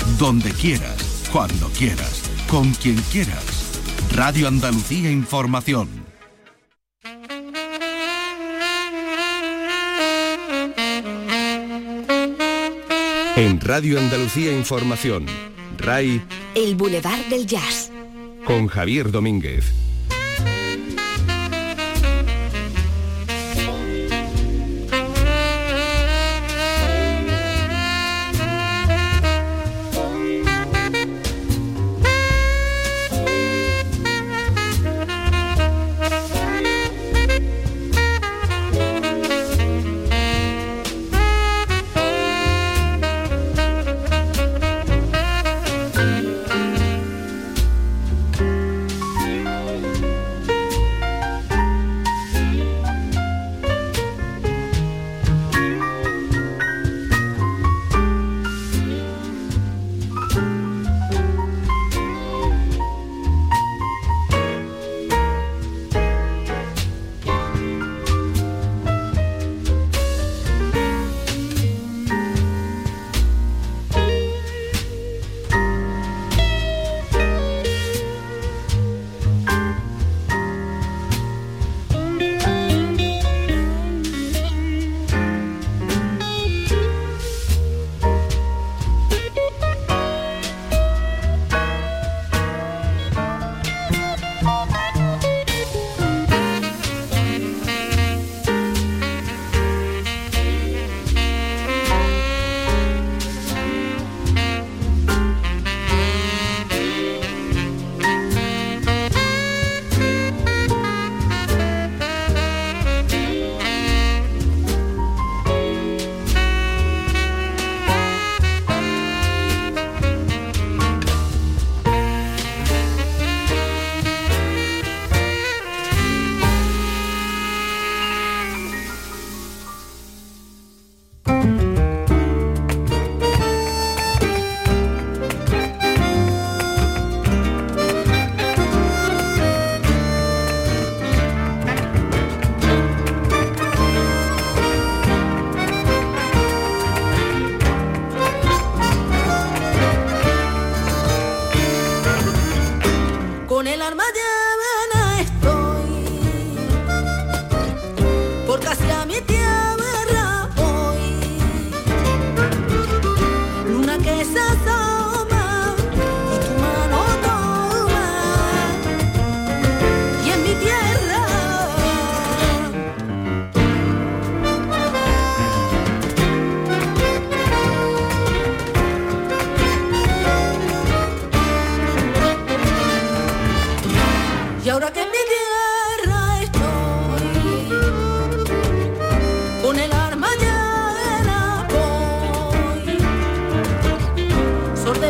donde quieras, cuando quieras, con quien quieras. Radio Andalucía Información. En Radio Andalucía Información, RAI, El Boulevard del Jazz, con Javier Domínguez. Con el arma llena estoy, porque hacia mi tierra voy. Luna que se asoma y tu mano toma, y en mi tierra y ahora que en mi tierra estoy, con el arma llena voy,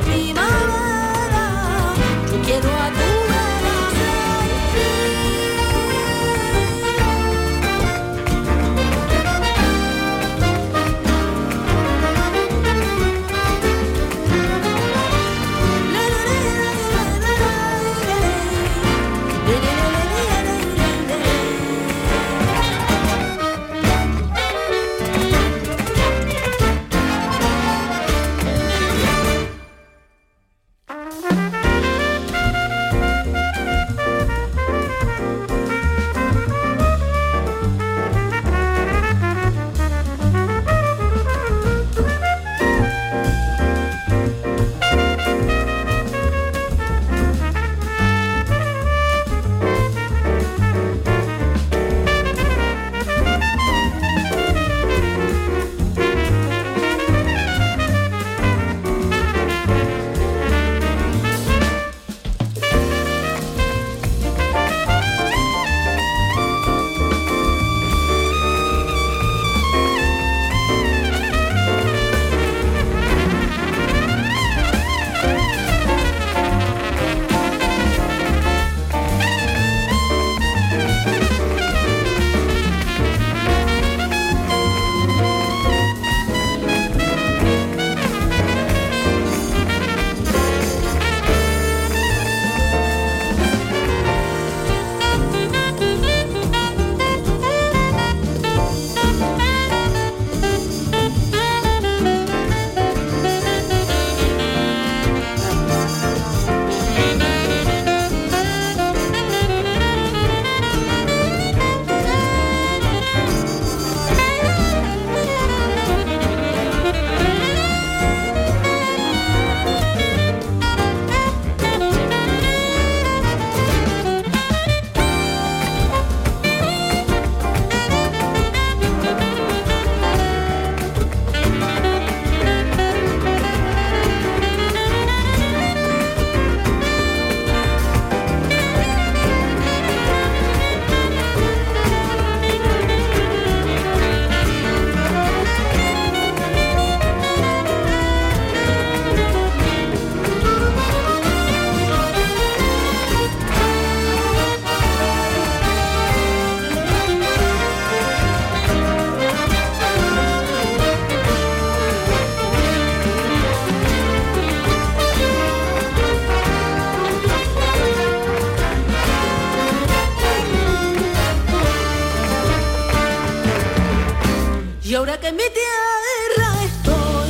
que en mi tierra estoy,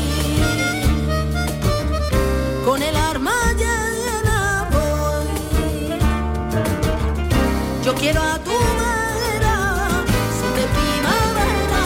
con el arma llena voy. Yo quiero a tu vera, si de primavera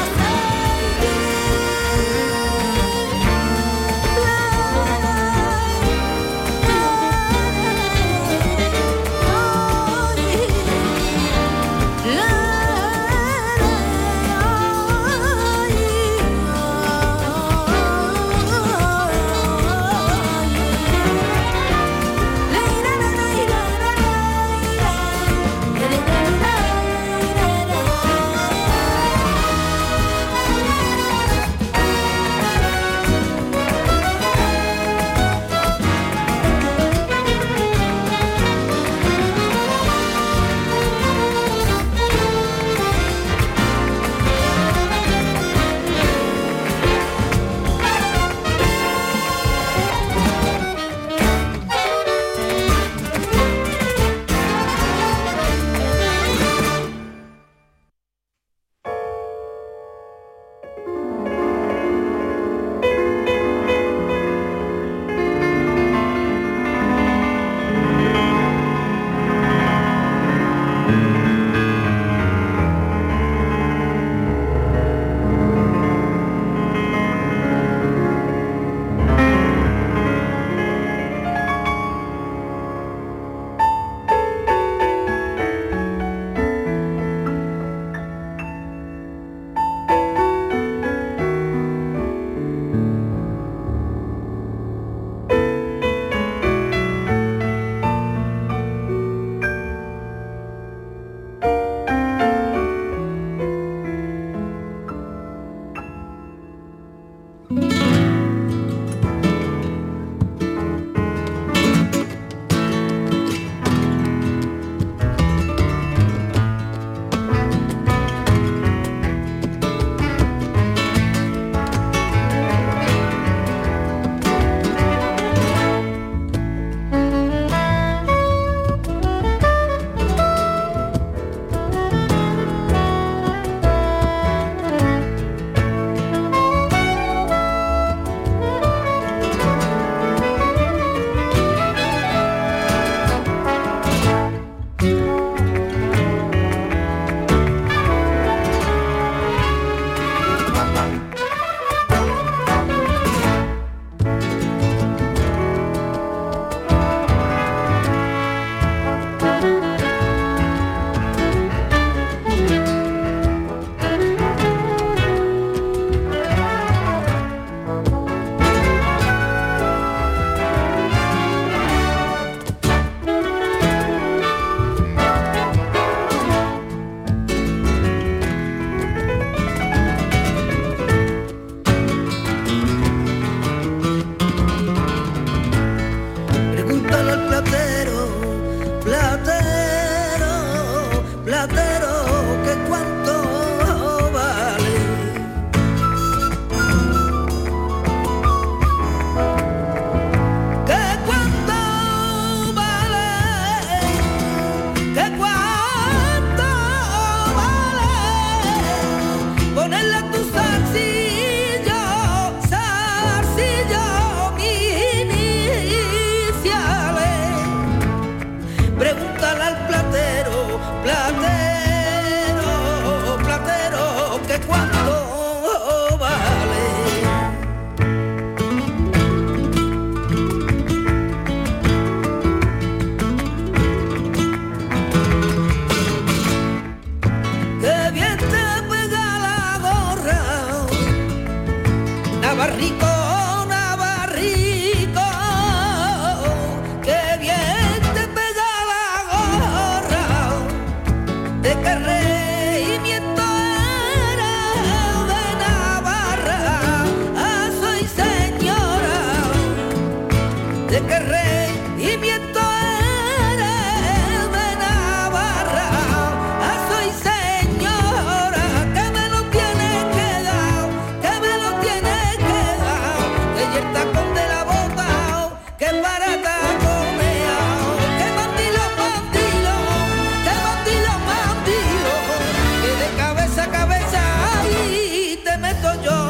cabeza, cabeza, y te meto yo.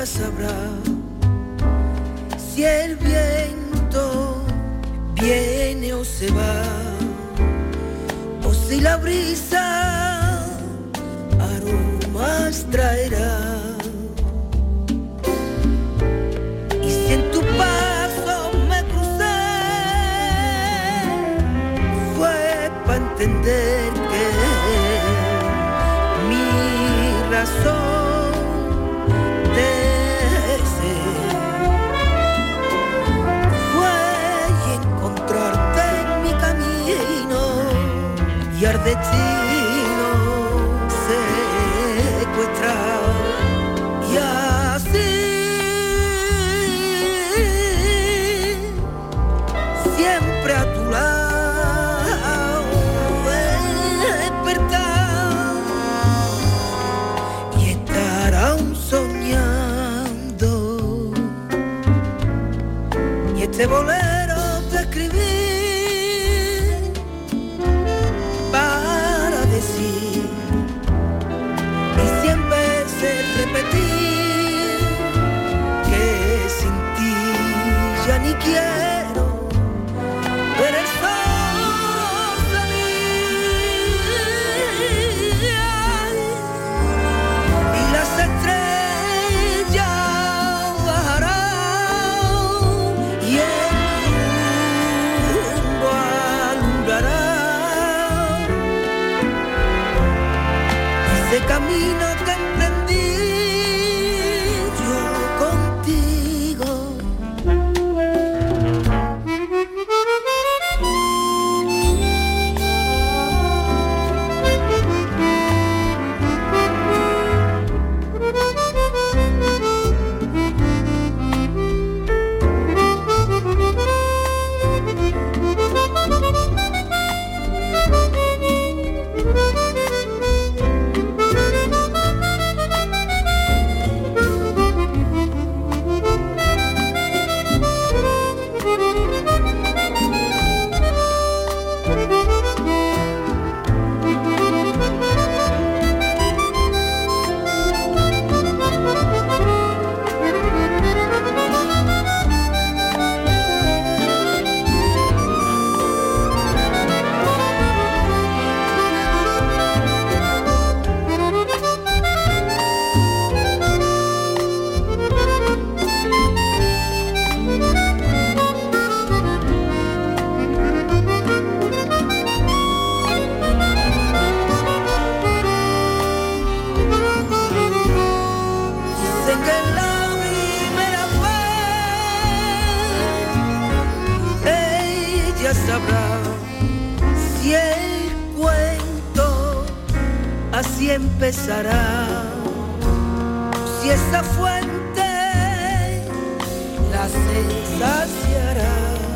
ella sabrá si el viento viene o se va, o si la brisa aromas traerá. Y si en tu paso me crucé, fue para entender que mi razón de ser fue encontrarte en mi camino y al destino secuestrar. Y así siempre a tu lado despertar y estar aún soñando. Y este bolero te escribí para decir y siempre se repetir que sin ti ya ni quiero ver el sol salir y las estrellas bajarán y el rumbo alumbrará ese camino que emprendí yo contigo. Dicen que en la primera vez ella sabrá si el cuento así empezará, si esa fuente la saciará.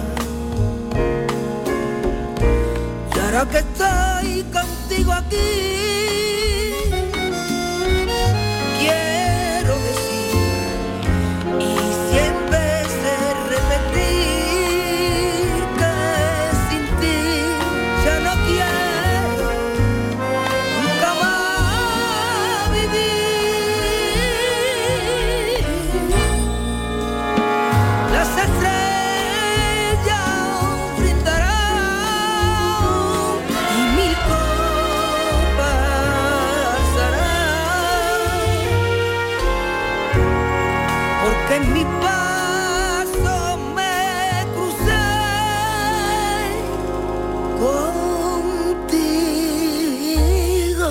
Y ahora que estoy contigo aquí, quiero decir y siempre se repetir que sin ti ya no quiero nunca más vivir. Las estrellas brindarán y mil copas harán, porque en mi paso me crucé contigo.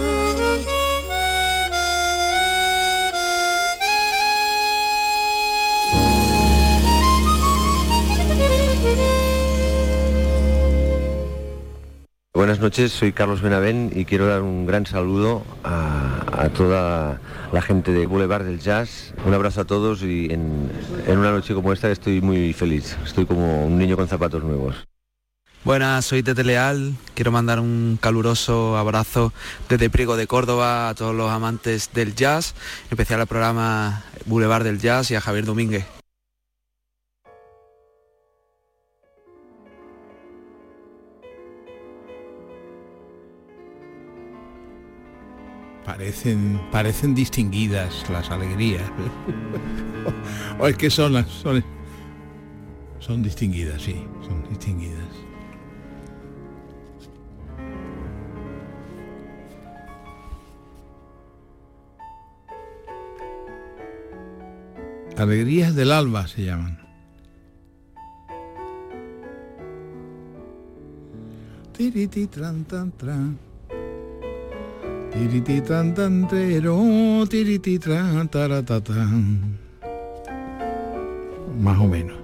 Buenas noches, soy Carlos Benavent y quiero dar un gran saludo a toda la gente de Boulevard del Jazz. Un abrazo a todos y en una noche como esta estoy muy feliz. Estoy como un niño con zapatos nuevos. Buenas, soy Tete Leal. Quiero mandar un caluroso abrazo desde Priego de Córdoba a todos los amantes del jazz, en especial al programa Boulevard del Jazz y a Javier Domínguez. parecen distinguidas las alegrías. O es que son distinguidas, sí, son distinguidas. Alegrías del alba se llaman. Tiriti tran tan tran. Tiriti tan tan tero, tiriti tran taratatán. Más o menos.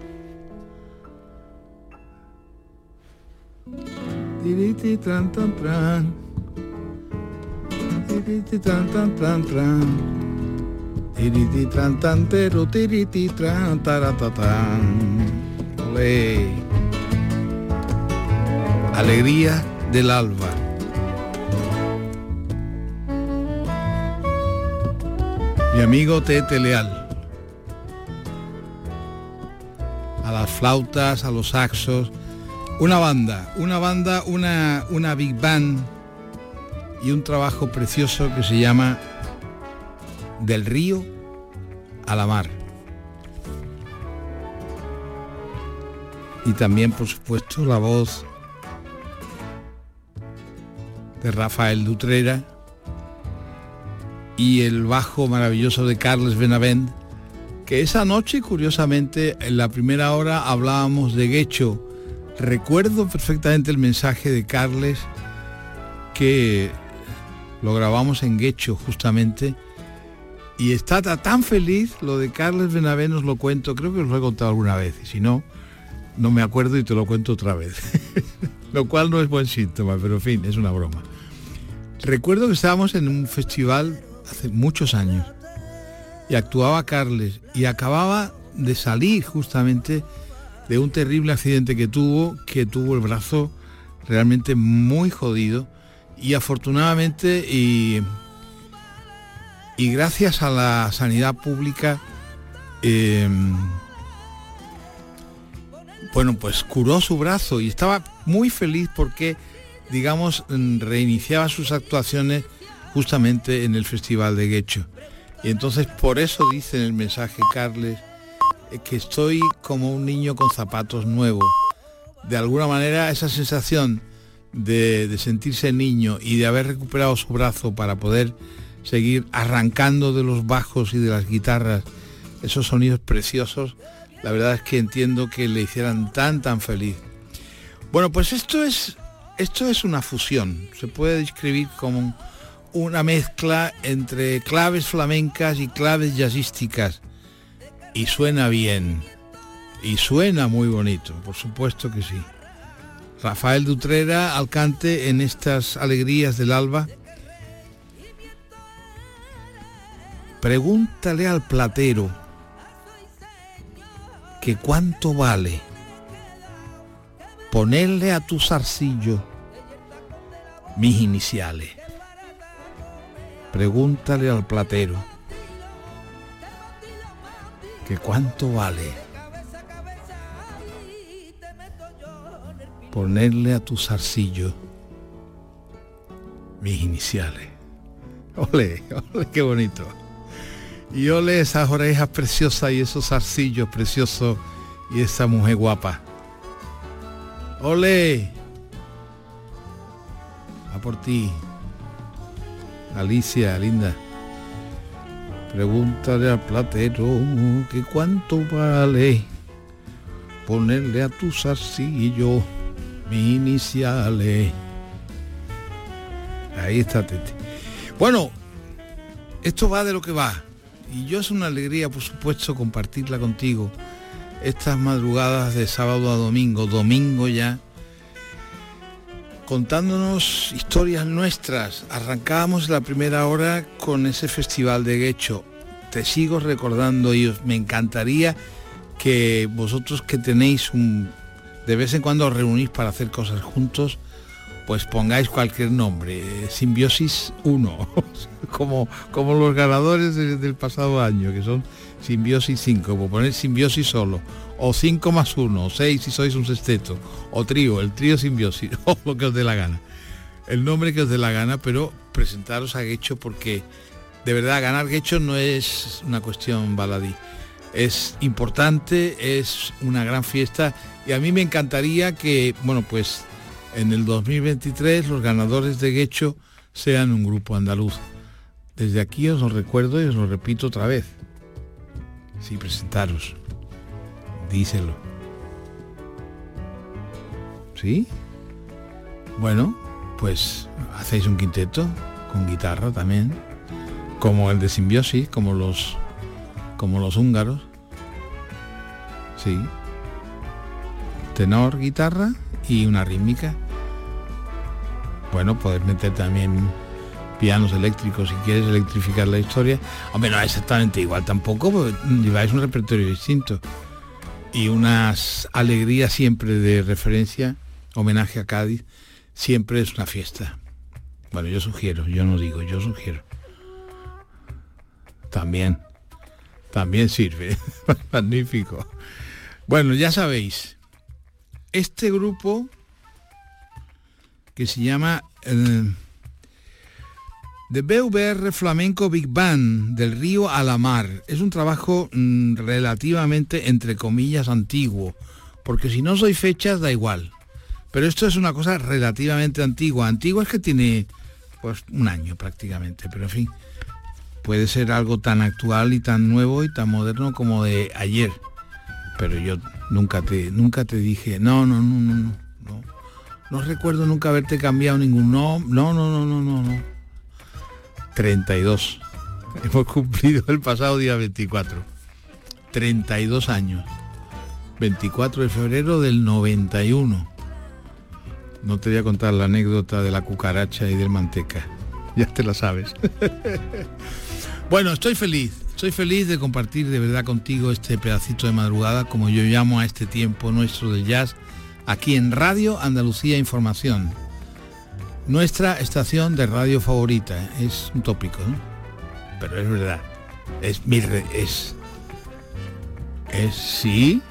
Tiriti tran tan tran. Tiriti tran tan tran tran. Tiriti tran tan tero, tiriti tran taratatán. Olé. Alegría del alba. Mi amigo Tete Leal. A las flautas, a los saxos. Una big band y un trabajo precioso que se llama Del río a la mar. Y también, por supuesto, la voz de Rafael Dutrera y el bajo maravilloso de Carles Benavent, que esa noche, curiosamente, en la primera hora hablábamos de Guecho. Recuerdo perfectamente el mensaje de Carles, que lo grabamos en Guecho justamente, y está tan feliz. Lo de Carles Benavent os lo cuento, creo que os lo he contado alguna vez, y si no, no me acuerdo y te lo cuento otra vez. Lo cual no es buen síntoma, pero en fin, es una broma. Recuerdo que estábamos en un festival hace muchos años y actuaba Carles y acababa de salir justamente de un terrible accidente que tuvo el brazo realmente muy jodido, y afortunadamente y gracias a la sanidad pública pues curó su brazo y estaba muy feliz porque, digamos, reiniciaba sus actuaciones justamente en el Festival de Guecho. Y entonces por eso dice en el mensaje Carles que estoy como un niño con zapatos nuevos. De alguna manera esa sensación de sentirse niño y de haber recuperado su brazo para poder seguir arrancando de los bajos y de las guitarras esos sonidos preciosos, la verdad es que entiendo que le hicieran tan feliz. Bueno, pues esto es una fusión, se puede describir como una mezcla entre claves flamencas y claves jazzísticas, y suena bien, y suena muy bonito, por supuesto que sí. Rafael Dutrera al cante en estas alegrías del alba. Pregúntale al platero que cuánto vale ponerle a tu zarcillo mis iniciales. Pregúntale al platero que cuánto vale ponerle a tu zarcillo mis iniciales. Ole, ole, qué bonito. Y ole esas orejas preciosas y esos zarcillos preciosos y esa mujer guapa. Ole. A por ti. Alicia, linda. Pregúntale al platero que cuánto vale ponerle a tu zarcillo mis iniciales. Ahí está, Tete. Bueno, esto va de lo que va. Y yo es una alegría, por supuesto, compartirla contigo. Estas madrugadas de sábado a domingo ya, contándonos historias nuestras. Arrancábamos la primera hora con ese festival de Guecho. Te sigo recordando y me encantaría que vosotros que tenéis de vez en cuando os reunís para hacer cosas juntos, pues pongáis cualquier nombre, Simbiosis 1, como los ganadores del pasado año, que son Simbiosis 5, por poner Simbiosis solo, o 5 más 1, o 6 si sois un sexteto, o trío, el trío Simbiosis, o lo que os dé la gana, el nombre que os dé la gana, pero presentaros a Guecho, porque de verdad ganar Guecho no es una cuestión baladí. Es importante, es una gran fiesta y a mí me encantaría que, bueno, pues en el 2023 los ganadores de Guecho sean un grupo andaluz. Desde aquí os lo recuerdo y os lo repito otra vez. Sí, presentaros. Díselo. ¿Sí? Bueno, pues hacéis un quinteto con guitarra también, como el de Simbiosis, como los húngaros. Sí. Tenor, guitarra y una rítmica. Bueno, podéis meter también pianos eléctricos si quieres electrificar la historia. Hombre, no es exactamente igual tampoco, porque lleváis un repertorio distinto. Y unas alegrías siempre de referencia, homenaje a Cádiz, siempre es una fiesta. Bueno, yo sugiero, yo no digo, yo sugiero. También sirve. Magnífico. Bueno, ya sabéis, este grupo que se llama The BVR Flamenco Big Band, del río a la mar, es un trabajo relativamente, entre comillas, antiguo, porque si no soy fechas da igual, pero esto es una cosa relativamente antigua. Antigua es que tiene pues un año prácticamente, pero en fin, puede ser algo tan actual y tan nuevo y tan moderno como de ayer. Pero yo nunca te dije, no recuerdo nunca haberte cambiado ningún no. 32. Hemos cumplido el pasado día 24. 32 años. 24 de febrero del 91. No te voy a contar la anécdota de la cucaracha y del manteca. Ya te la sabes. Bueno, estoy feliz de compartir de verdad contigo este pedacito de madrugada, como yo llamo a este tiempo nuestro del jazz, aquí en Radio Andalucía Información. Nuestra estación de radio favorita. Es un tópico, ¿no? Pero es verdad. Sí.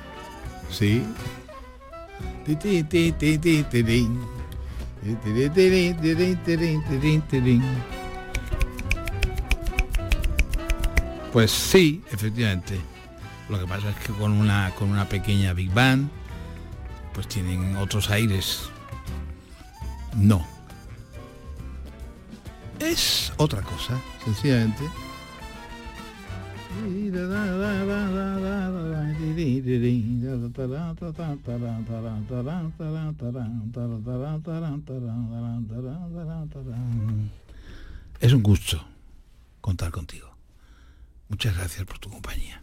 Pues sí, efectivamente. Lo que pasa es que con una pequeña Big Band, pues tienen otros aires. No. Es otra cosa, sencillamente. Es un gusto contar contigo. Muchas gracias por tu compañía.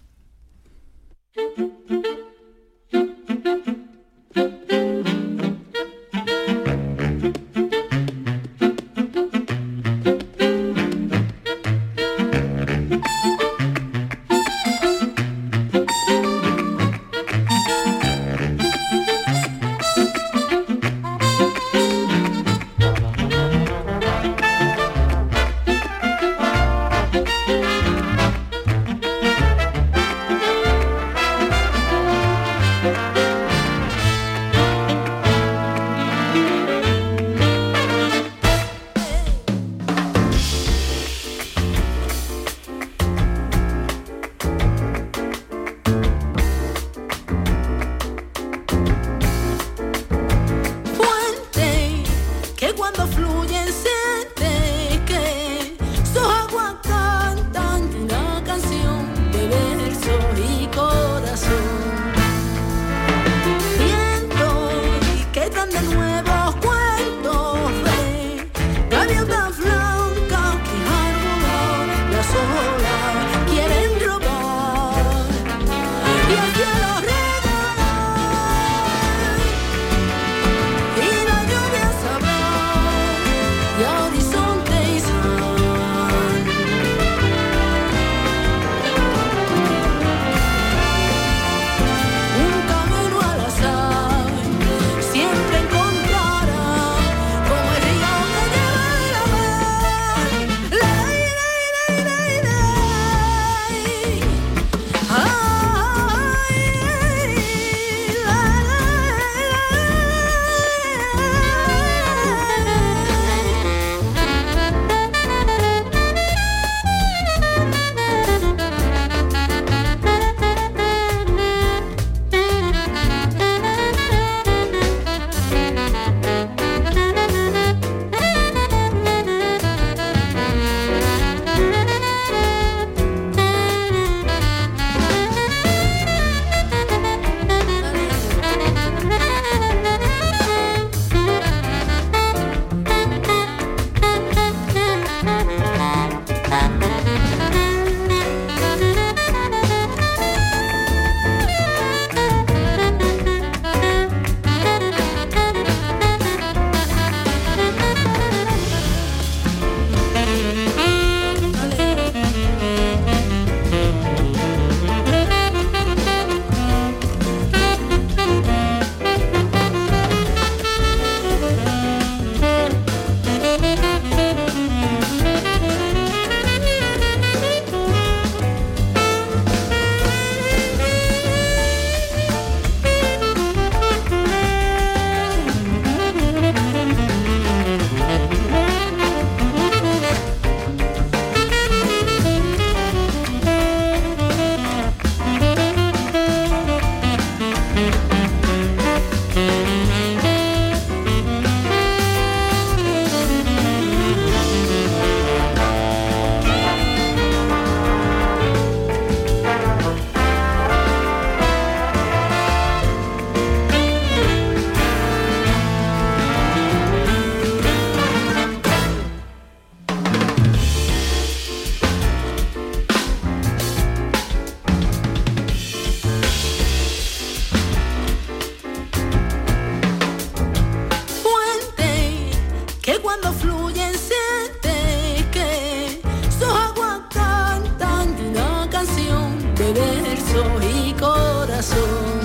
verso y corazón.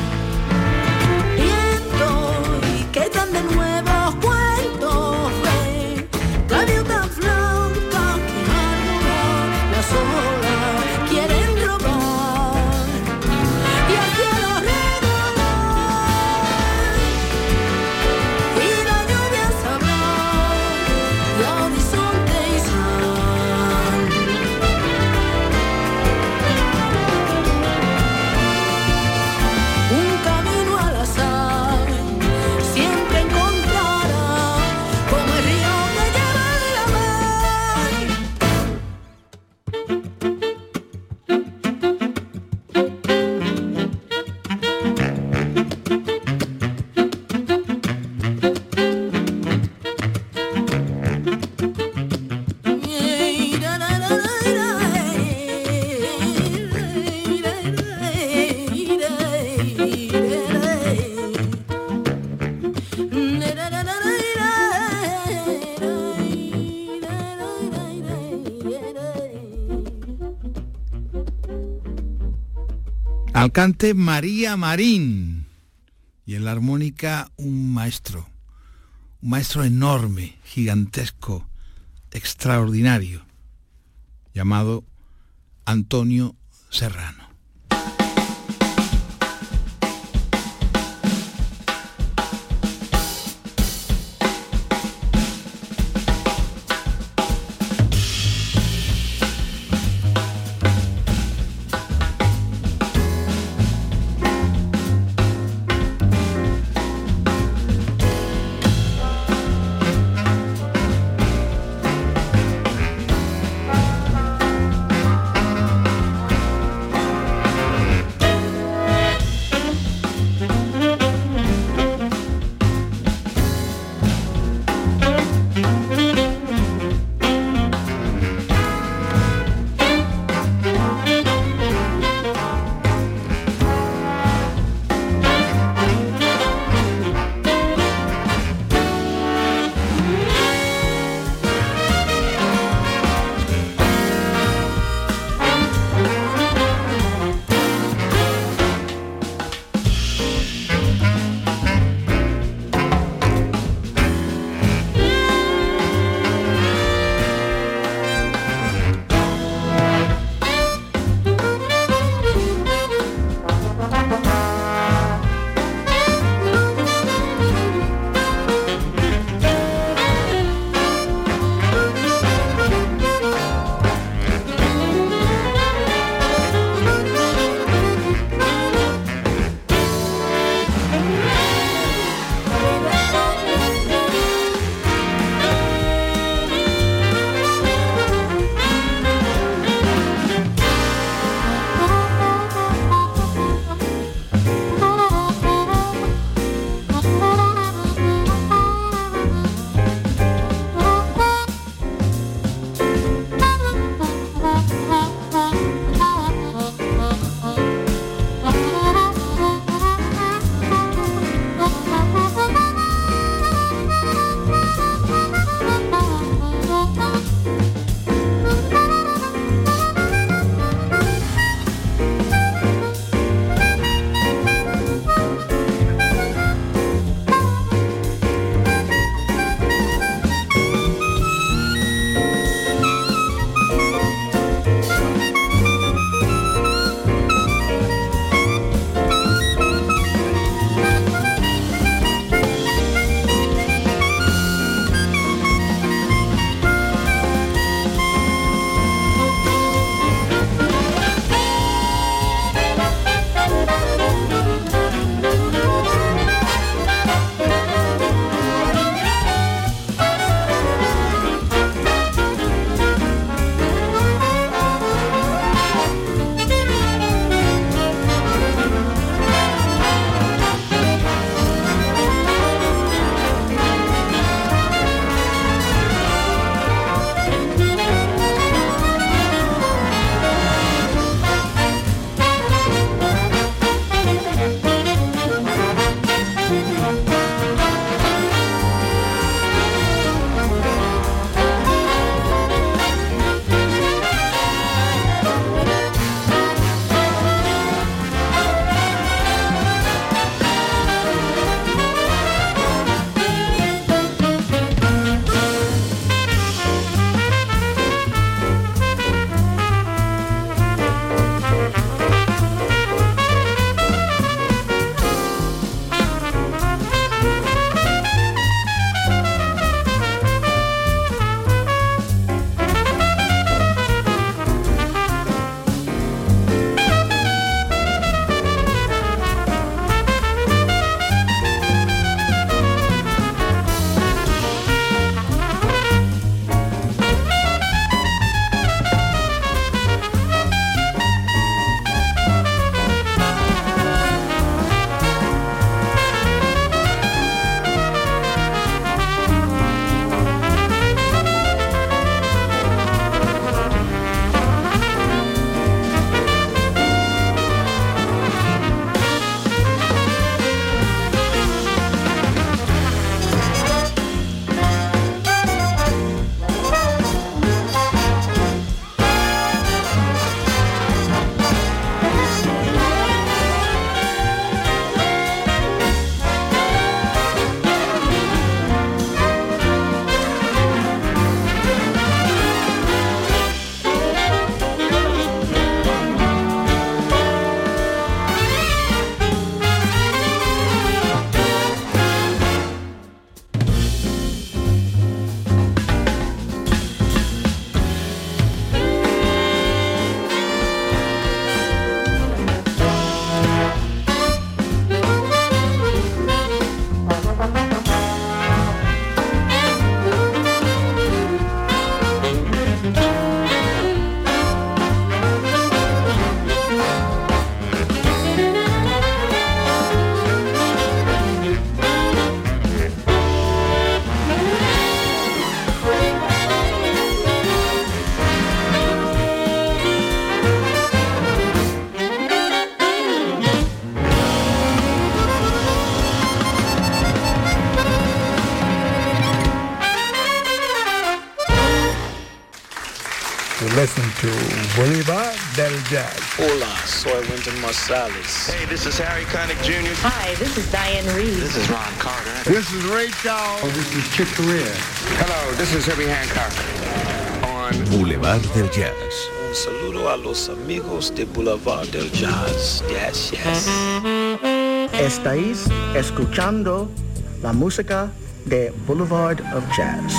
Viento y que tan de nuevos cuentos ve, gaviota flauta que arrullan las olas, quieren robar y al cielo regalar, y la lluvia sabrá de horizonte y sal. Un camino al azar siempre encontrará, como el río que lleva de la mar. Al cante María Marín y en la armónica un maestro enorme, gigantesco, extraordinario, llamado Antonio Serrano. to Boulevard del Jazz. Hola, soy Wynton Marsalis. Hey, this is Harry Connick Jr. Hi, this is Diane Reed. This is Ron Carter. This is Ray Charles. Oh, this is Chick Corea. Hello, this is Herbie Hancock. On Boulevard del Jazz. Un saludo a los amigos de Boulevard del Jazz. Yes, yes. Estáis escuchando la música de Boulevard of Jazz.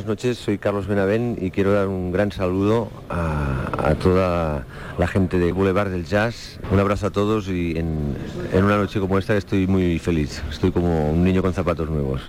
noches, soy Carlos Benavent y quiero dar un gran saludo a toda la gente de Boulevard del Jazz. Un abrazo a todos y en una noche como esta estoy muy feliz, estoy como un niño con zapatos nuevos.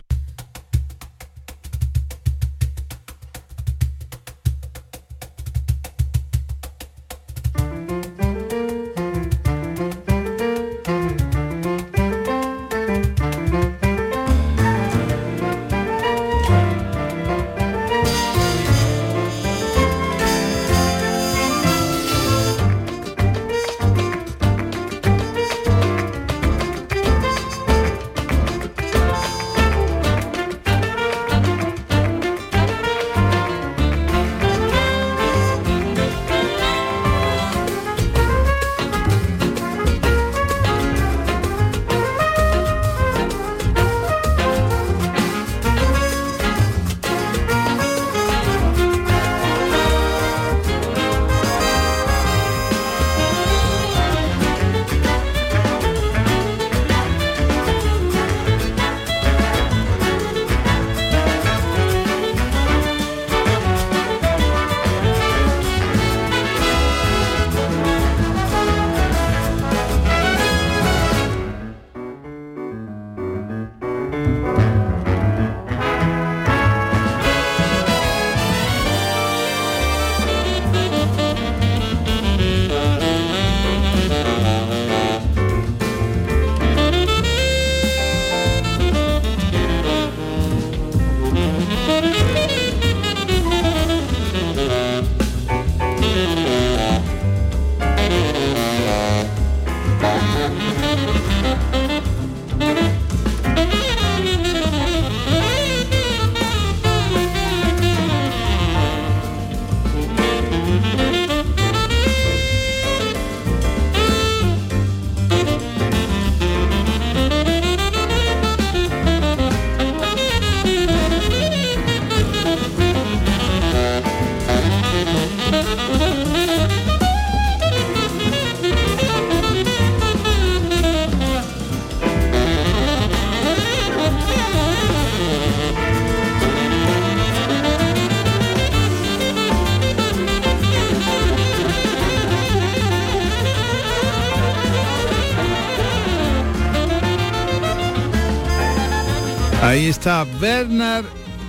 Ahí está Bernard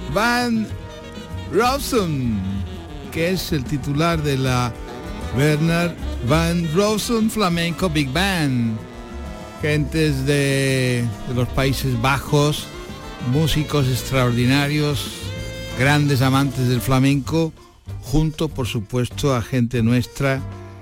Van Rossum, que es el titular de la Bernard Van Rossum Flamenco Big Band. Gentes de los Países Bajos, músicos extraordinarios, grandes amantes del flamenco, junto por supuesto a gente nuestra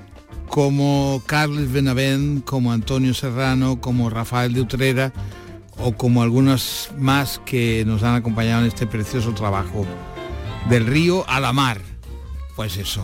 como Carles Benavent, como Antonio Serrano, como Rafael de Utrera o como algunos más que nos han acompañado en este precioso trabajo del río a la mar. Pues eso,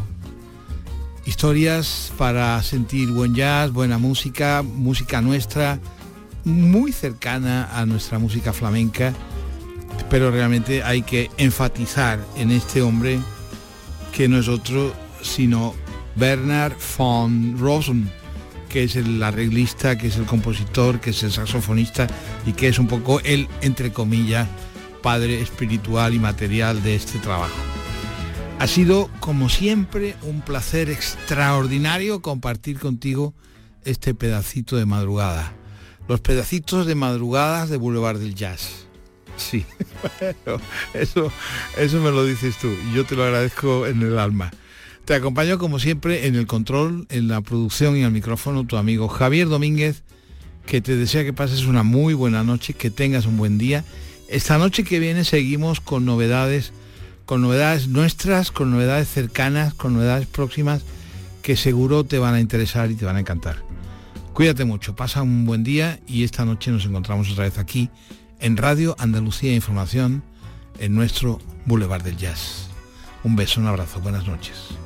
historias para sentir buen jazz, buena música, música nuestra, muy cercana a nuestra música flamenca, pero realmente hay que enfatizar en este hombre que no es otro sino Bernard Van Rossum, que es el arreglista, que es el compositor, que es el saxofonista y que es un poco el, entre comillas, padre espiritual y material de este trabajo. Ha sido, como siempre, un placer extraordinario compartir contigo este pedacito de madrugada. Los pedacitos de madrugadas de Boulevard del Jazz. Sí, bueno, eso me lo dices tú y yo te lo agradezco en el alma. Te acompaño como siempre en el control, en la producción y al micrófono tu amigo Javier Domínguez, que te desea que pases una muy buena noche, que tengas un buen día. Esta noche que viene seguimos con novedades nuestras, con novedades cercanas, con novedades próximas que seguro te van a interesar y te van a encantar. Cuídate mucho, pasa un buen día y esta noche nos encontramos otra vez aquí en Radio Andalucía Información en nuestro Boulevard del Jazz. Un beso, un abrazo, buenas noches.